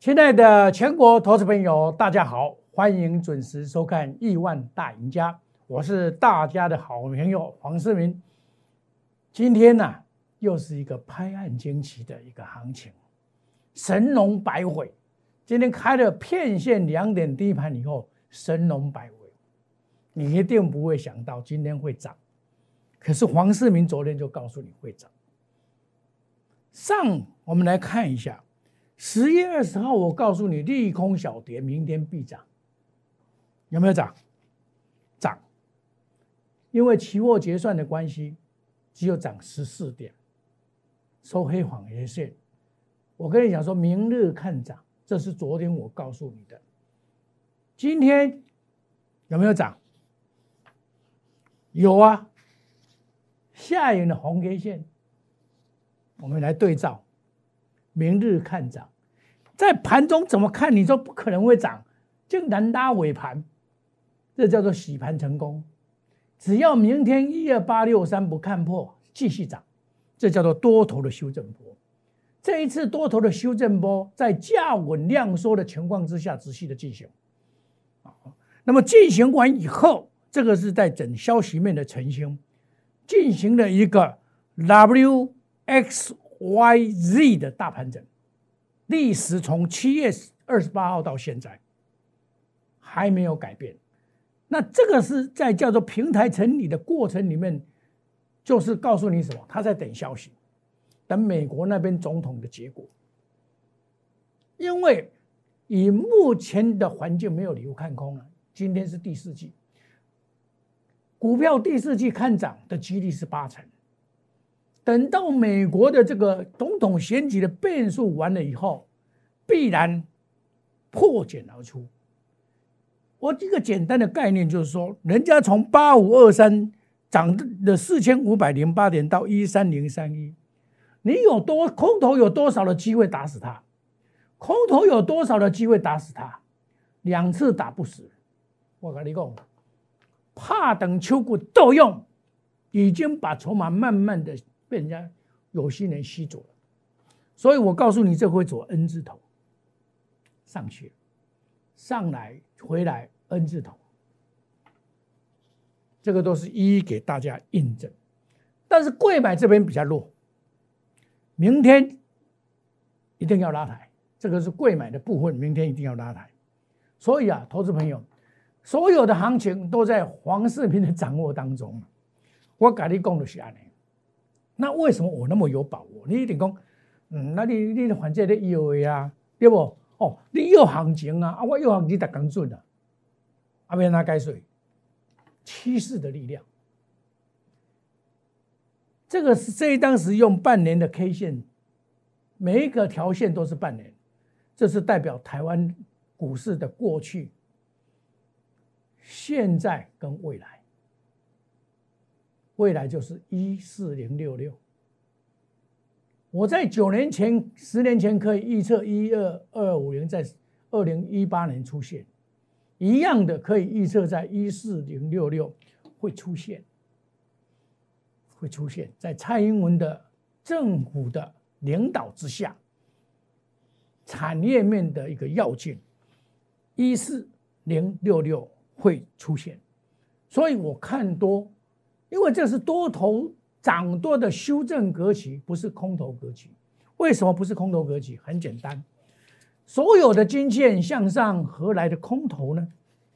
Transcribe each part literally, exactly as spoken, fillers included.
亲爱的全国投资朋友，大家好，欢迎准时收看《亿万大赢家》，我是大家的好朋友黄世明。今天呢、啊，又是一个拍案惊奇的一个行情，神龙摆尾。今天开了片线两点低盘以后，神龙摆尾，你一定不会想到今天会涨。可是黄世明昨天就告诉你会涨。上我们来看一下。十月二十号，我告诉你，利空小跌，明天必涨，有没有涨？涨，因为期货结算的关系，只有涨十四点，收黑黄黑线。我跟你讲说，明日看涨，这是昨天我告诉你的。今天有没有涨？有啊，下影的红 K 线，我们来对照。明日看涨，在盘中怎么看你都不可能会涨，竟然拉尾盘，这叫做洗盘成功。只要明天一二八六三不看破，继续涨，这叫做多头的修正波。这一次多头的修正波，在价稳量缩的情况之下，持续的进行。那么进行完以后，这个是在等消息面的澄清，进行了一个 W X Y Z 的大盘整，历时从七月二十八号到现在还没有改变。那这个是在叫做平台整理的过程里面，就是告诉你什么？他在等消息，等美国那边总统的结果。因为以目前的环境没有理由看空了，今天是第四季，股票第四季看涨的几率是八成。等到美国的这个总统选举的变数完了以后，必然破茧而出。我这个简单的概念就是说，人家从八五二三涨了四千五百零八点到一三零三一，你有多空头有多少的机会打死他？空头有多少的机会打死他？两次打不死。我跟你讲，怕等秋股斗用，已经把筹码慢慢的被人家有心人吸走了，所以我告诉你，这会走 N 字头上去，上来回来 N 字头，这个都是一一给大家印证。但是贵买这边比较弱，明天一定要拉抬，这个是贵买的部分，明天一定要拉抬。所以啊，投资朋友，所有的行情都在黄世明的掌握当中。我跟你讲就是这样。那为什么我那么有把握？你一定讲，嗯，那你你反正你有的啊，对不？哦，你有行情啊，啊，我有行情才更准啊，啊，别拿改水，趋势的力量。这个是这当时用半年的 K 线，每一个条线都是半年，这是代表台湾股市的过去、现在跟未来。未来就是一四零六六，我在九年前、十年前可以预测一二二五零在二零一八年出现，一样的可以预测在一四零六六会出现，会出现在蔡英文的政府的领导之下，产业面的一个要件，一四零六六会出现，所以我看多。因为这是多头涨多的修正格局，不是空头格局。为什么不是空头格局？很简单，所有的均线向上，何来的空头呢？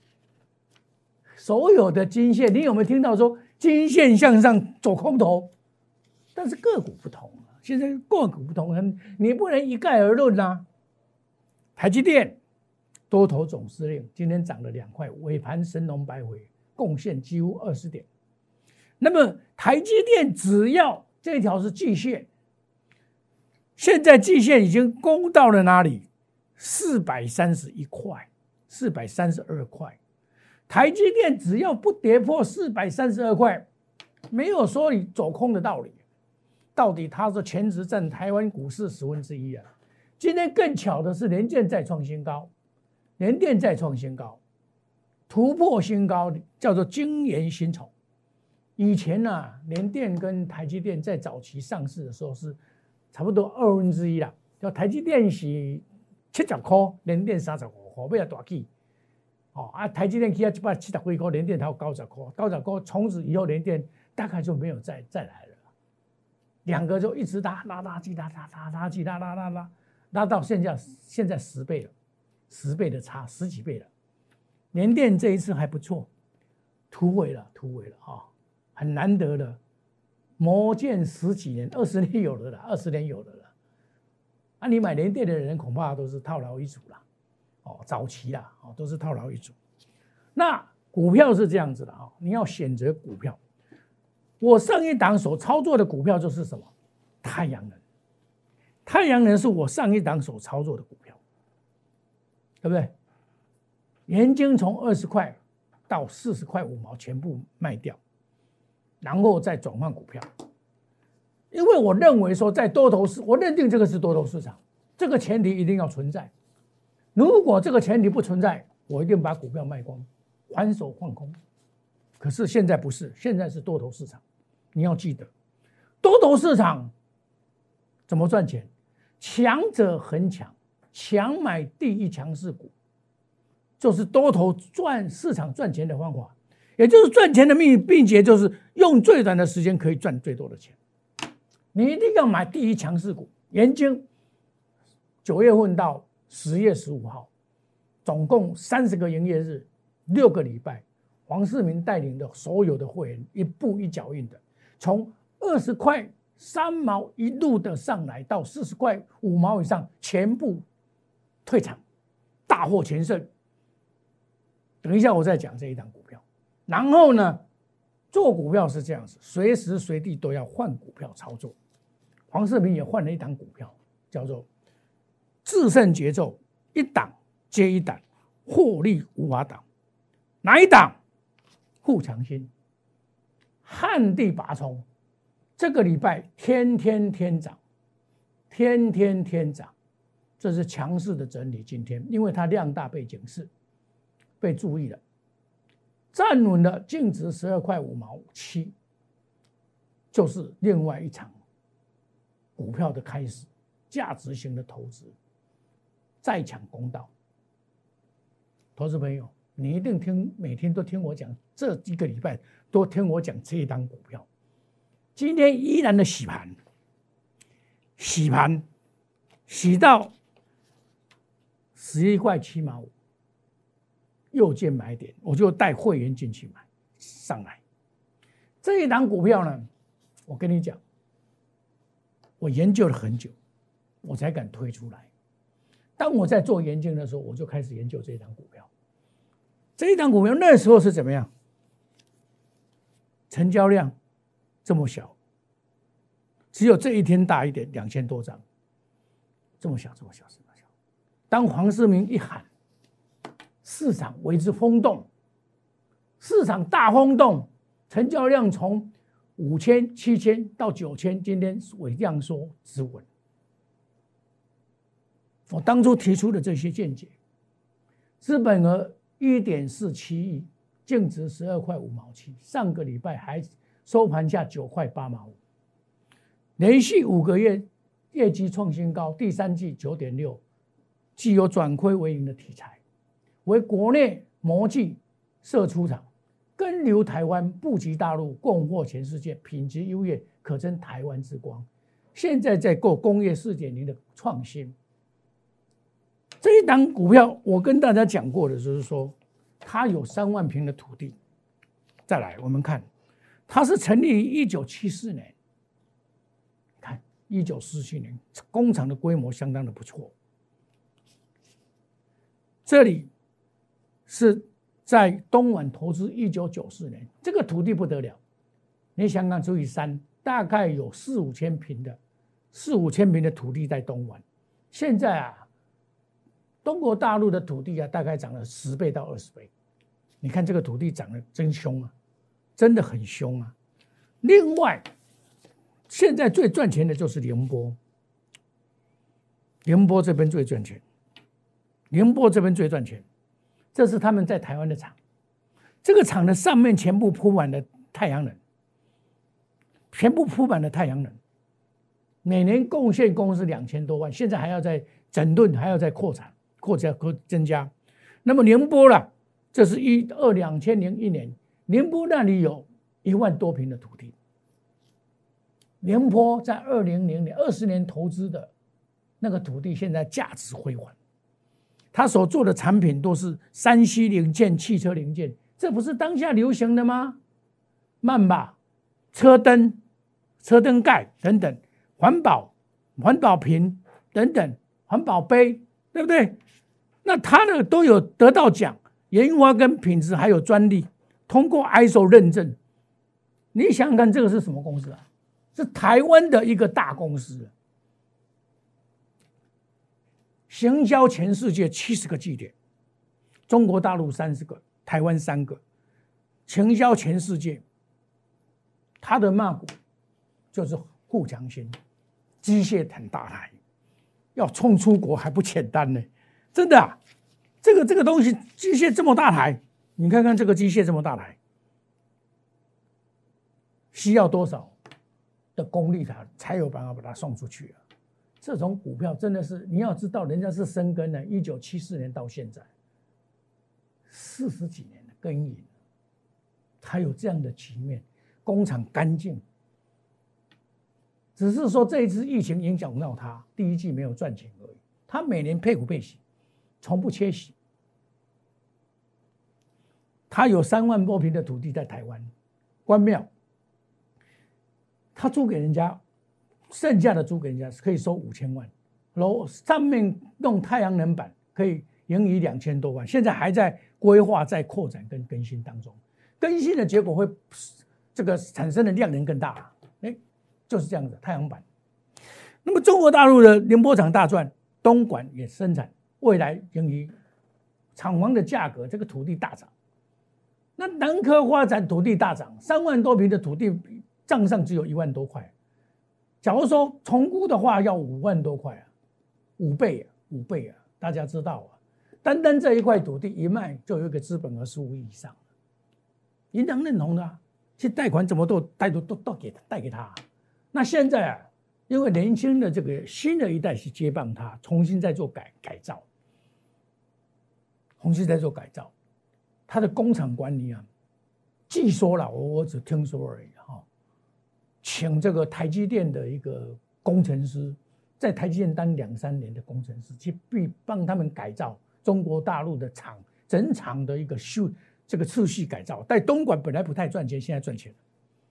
所有的均线，你有没有听到说均线向上走空头？但是个股不同啊，现在个股不同，你不能一概而论啊。台积电多头总司令今天涨了两块，尾盘神龙摆尾，贡献几乎二十点。那么台积电只要这条是季线，现在季线已经攻到了哪里？四百三十一块，四百三十二块。台积电只要不跌破四百三十二块，没有说你走空的道理。到底它是全值占台湾股市十分之一啊！今天更巧的是，联电再创新高，联电再创新高，突破新高，叫做精研新宠。以前啊，联电跟台积电在早期上市的时候是差不多二分之一啦，叫台积电是七十块，联电三十五块，要大起。哦啊，台积电起啊一百七十几块，联电才有九十块，九十块从此以后联电大概就没有再再来了，两个就一直拉拉拉锯拉拉拉拉锯拉拉拉拉拉到现在现在十倍了，十倍的差，十几倍了。联电这一次还不错，突围了，突围了哈、哦，很难得的，磨剑十几年，二十年有了啦，二十年有了啦。啊，你买联电的人恐怕都是套牢一族啦。哦，早期啦，哦，都是套牢一族。那股票是这样子的啊，你要选择股票。我上一档所操作的股票就是什么？太阳能。太阳能是我上一档所操作的股票，对不对？元晶从二十块到四十块五毛全部卖掉，然后再转换股票。因为我认为说，在多头市，我认定这个是多头市场，这个前提一定要存在。如果这个前提不存在，我一定把股票卖光，还手换空。可是现在不是，现在是多头市场。你要记得，多头市场怎么赚钱？强者恒强，强买第一强势股，就是多头赚市场赚钱的方法。也就是赚钱的秘秘诀，就是用最短的时间可以赚最多的钱。你一定要买第一强势股。元晶九月份到十月十五号，总共三十个营业日，六个礼拜，黄世明带领的所有的会员一步一脚印的，从二十块三毛一路的上来到四十块五毛以上，全部退场，大获全胜。等一下我再讲这一档股票。然后呢，做股票是这样子，随时随地都要换股票操作。黄世明也换了一档股票，叫做制胜节奏，一档接一档，获利无法挡。哪一档？富强新，旱地拔葱，这个礼拜天天天涨，天天天涨，这是强势的整理。今天因为它量大被警示，被注意了，站稳了净值十二块五毛七，就是另外一场股票的开始，价值型的投资。再抢公道，投资朋友，你一定听，每天都听我讲，这一个礼拜都听我讲这一档股票。今天依然的洗盘，洗盘洗到十一块七毛五，又见买点，我就带会员进去买上来。这一档股票呢，我跟你讲，我研究了很久，我才敢推出来。当我在做研究的时候，我就开始研究这一档股票。这一档股票那时候是怎么样？成交量这么小，只有这一天大一点，两千多张，这么小，这么小，这么小。当黄世明一喊，市场为之轰动，市场大轰动，成交量从五千、七千到九千，今天尾量缩止稳。我当初提出的这些见解，资本额一点四七亿，净值十二块五毛七，上个礼拜还收盘价九块八毛五，连续五个月业绩创新高，第三季九点六，具有转亏为盈的题材，为国内模具射出厂，根流台湾，布局大陆，供货全世界，品质优越，可称台湾之光。现在在做工业 四点零 的创新。这一档股票，我跟大家讲过的就是说，它有三万坪的土地。再来，我们看，它是成立于一九七四年，看一九四七年，工厂的规模相当的不错。这里是在东莞投资一九九四年，这个土地不得了，你想想除以三，大概有四五千坪的四五千坪的土地在东莞。现在啊，中国大陆的土地啊，大概涨了十倍到二十倍。你看这个土地涨得真凶啊，真的很凶啊。另外，现在最赚钱的就是宁波，宁波这边最赚钱，宁波这边最赚钱。这是他们在台湾的厂，这个厂的上面全部铺满了太阳能，全部铺满了太阳能，每年贡献公司两千多万，现在还要再整顿还要再扩产、扩加、扩增加。那么宁波啦，这是一二两千零一年，宁波那里有一万多坪的土地。宁波在二零零年二十年投资的那个土地，现在价值辉煌。他所做的产品都是三 C 零件、汽车零件，这不是当下流行的吗？曼巴、车灯、车灯盖等等，环保、环保瓶等等，环保杯，对不对？那他呢都有得到奖，研发跟品质还有专利，通过 I S O 认证。你想想看，这个是什么公司啊？是台湾的一个大公司。行销全世界七十个据点，中国大陆三十个，台湾三个，行销全世界。他的骂股就是富强新，机械很大台，要冲出国还不简单呢，真的啊！这个这个东西机械这么大台，你看看这个机械这么大台，需要多少的功率它才有办法把它送出去啊？这种股票真的是你要知道，人家是深耕的，一九七四年到现在四十几年的耕耘，才有这样的局面，工厂干净。只是说这一次疫情影响到它，第一季没有赚钱而已。它每年配股配息，从不缺席。它有三万多坪的土地在台湾，关庙，他租给人家。剩下的租给人家可以收五千万，楼上面用太阳能板可以盈余两千多万，现在还在规划、在扩展跟更新当中。更新的结果会，这个产生的量能更大，哎，就是这样子。太阳板。那么中国大陆的宁波厂大赚，东莞也生产，未来盈余，厂房的价格，这个土地大涨。那南科发展土地大涨，三万多坪的土地账上只有一万多块。假如说重估的话，要五万多块啊，五倍啊，五倍啊！大家知道啊，单单这一块土地一卖，就有一个资本额十五亿以上，银行认同的啊，去贷款怎么都贷都都都给贷给他、啊。那现在啊，因为年轻的这个新的一代去接棒他，重新再做改改造，重新再做改造，他的工厂管理啊，据说了，我我只听说而已哈。请这个台积电的一个工程师，在台积电当两三年的工程师，去帮他们改造中国大陆的厂，整厂的一个修这个次序改造。在东莞本来不太赚钱，现在赚钱了。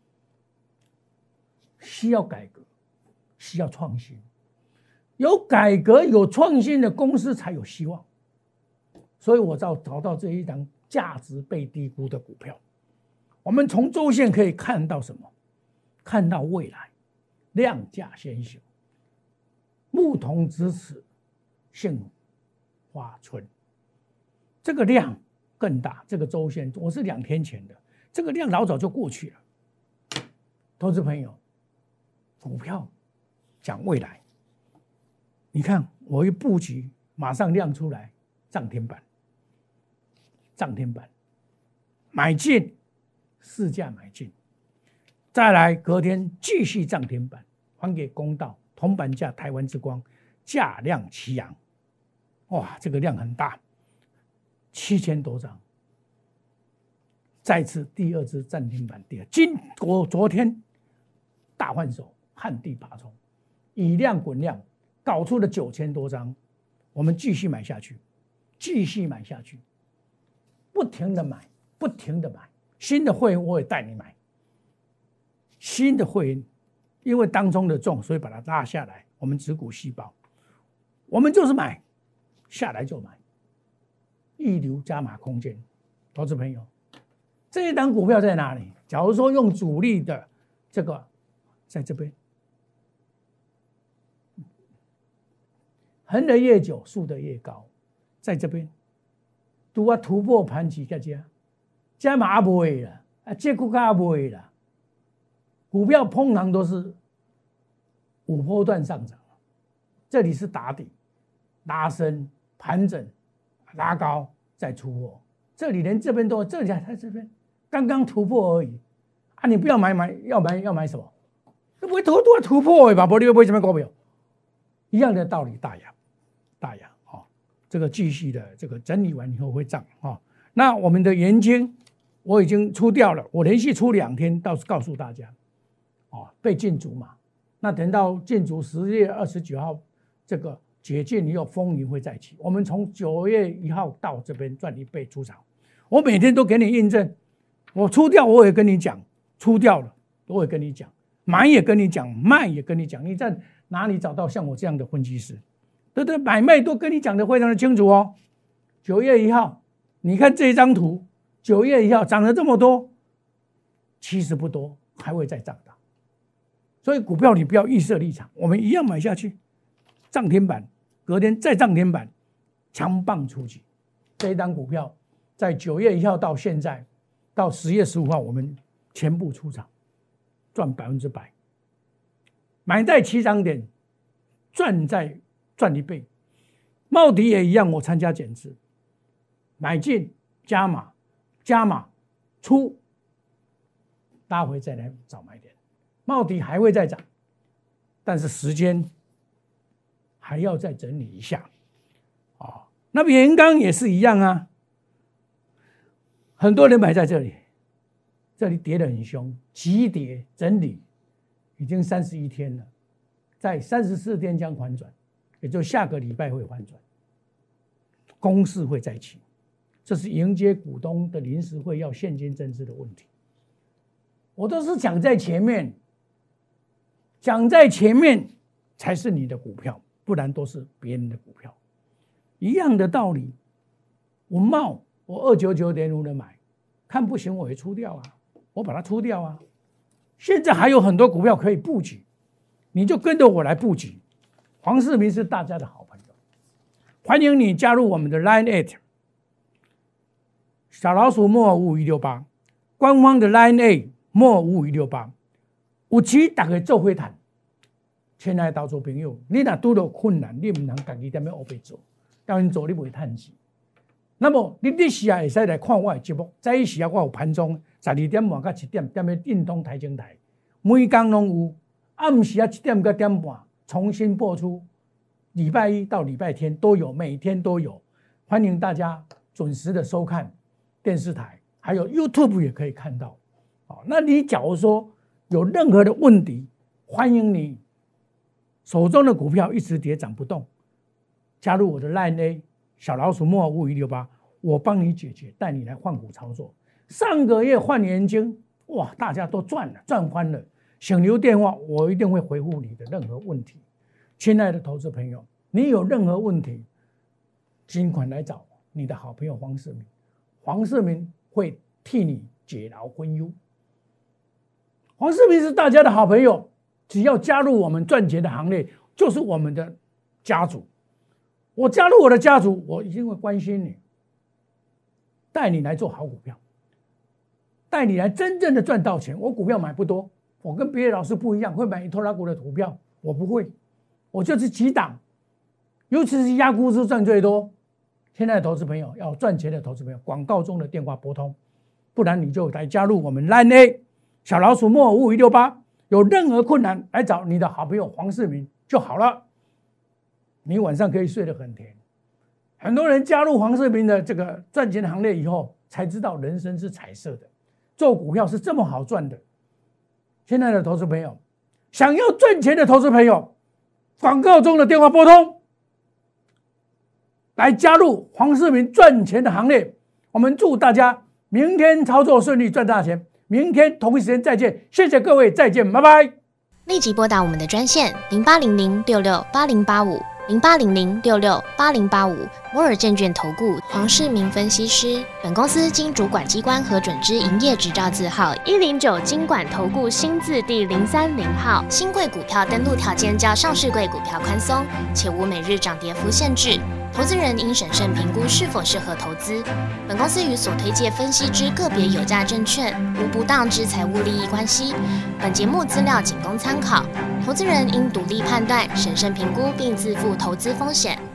需要改革，需要创新，有改革有创新的公司才有希望。所以我找找到这一档价值被低估的股票。我们从周线可以看到什么？看到未来，量价先行，牧童支持杏花村，这个量更大。这个周线我是两天前的，这个量老早就过去了。投资朋友，股票讲未来，你看我一布局，马上亮出来涨停板，涨停板，买进，市价买进。再来隔天继续涨停板，还给公道，铜板价台湾之光，价量齐扬，哇，这个量很大，七千多张。再次第二次涨停板跌，今国昨天大换手，旱地拔葱，以量滚量，搞出了九千多张，我们继续买下去，继续买下去，不停的买，不停的买，新的会员我也带你买。新的会员，因为当中的重，所以把它拉下来。我们持股细胞，我们就是买，下来就买，一流加码空间。投资朋友，这一档股票在哪里？假如说用主力的这个，在这边，横的越久，竖的越高，在这边，都要突破盘起个价，加码不会了，啊，这股价不会了。股票通常都是五波段上涨，这里是打底、拉升、盘整、拉高再突破，这里连这边都，这里在这边刚刚突破而已啊！你不要买买，要买要买什么？不会突都要突破的吧？不然你会买什么股票？一样的道理，大亚大雅哦，这个继续的这个整理完以后会涨哦。那我们的元晶我已经出掉了，我连续出两天，到时告诉大家哦，被禁足嘛。那等到禁足十月二十九号这个解禁以后，风云会再起。我们从九月一号到这边赚一倍出场，我每天都给你印证。我出掉我也跟你讲，出掉了我也跟你讲，买也跟你讲，卖也跟你讲。你在哪里找到像我这样的分析师？对对，买卖都跟你讲的非常的清楚哦。九月一号，你看这张图，九月一号涨了这么多，其实不多，还会再涨大。所以股票你不要预设立场，我们一样买下去，涨停板，隔天再涨停板，强棒出击。这一档股票在九月一号到现在，到十月十五号，我们全部出场，赚百分之百。买在起涨点，赚在赚一倍。茂迪也一样，我参加减资，买进加码，加码出，大回再来找买点。茂迪还会再涨，但是时间还要再整理一下哦。那元刚也是一样啊，很多人买在这里，这里跌得很凶，急跌整理已经三十一天了，在三十四天将反转，也就下个礼拜会反转，攻势会再起，这是迎接股东的临时会要现金增资的问题。我都是讲在前面。讲在前面才是你的股票，不然都是别人的股票。一样的道理，我茂我二九九点五的买，看不行我也出掉啊，我把它出掉啊。现在还有很多股票可以布局，你就跟着我来布局。黄世明是大家的好朋友，欢迎你加入我们的 Line at 小老鼠莫五五一六八，官方的 Line at 莫五五一六八。有钱大家做伙谈，亲爱的投资朋友，你若遇到困难，你唔能自己在那边黑白做，要你做你不会赚钱。那么你你时啊会使来看我的节目，早时啊我有盘中十二点半到七点，踮咧运动台前台，每天拢有。暗时啊七点到点半重新播出，礼拜一到礼拜天都有，每天都有，欢迎大家准时的收看电视台，还有 YouTube 也可以看到。好，那你假如说有任何的问题，欢迎你手中的股票一直跌涨不动，加入我的 Line A 小老鼠莫五五一六八，我帮你解决，带你来换股操作。上个月换元晶，哇，大家都赚了，赚翻了。请留电话，我一定会回复你的任何问题。亲爱的投资朋友，你有任何问题，尽管来找你的好朋友黄世明，黄世明会替你解劳分忧。黄世明是大家的好朋友，只要加入我们赚钱的行列，就是我们的家族。我加入我的家族，我一定会关心你，带你来做好股票，带你来真正的赚到钱。我股票买不多，我跟别的老师不一样，会买一拖拉股的股票，我不会，我就是几档，尤其是压估值赚最多。现在的投资朋友要赚钱的投资朋友，广告中的电话拨通，不然你就来加入我们 Line A 小老鼠莫五五一六八，有任何困难来找你的好朋友黄世明就好了，你晚上可以睡得很甜。很多人加入黄世明的这个赚钱行列以后，才知道人生是彩色的，做股票是这么好赚的。现在的投资朋友，想要赚钱的投资朋友，广告中的电话拨通，来加入黄世明赚钱的行列。我们祝大家明天操作顺利，赚大钱。明天同一时间再见，谢谢各位，再见，拜拜。 立即拨打我们的专线零八零零六六八零八五零八零零六六八零八五摩尔证券投顾黄世明分析师。本公司经主管机关核准之营业执照字号一零九金管投顾新字第零三零号。新贵股票登录条件较上市贵股票宽松，且无每日涨跌幅限制。投资人应审慎评估是否适合投资。本公司与所推介分析之个别有价证券无不当之财务利益关系。本节目资料仅供参考，投资人应独立判断、审慎评估并自负投资风险。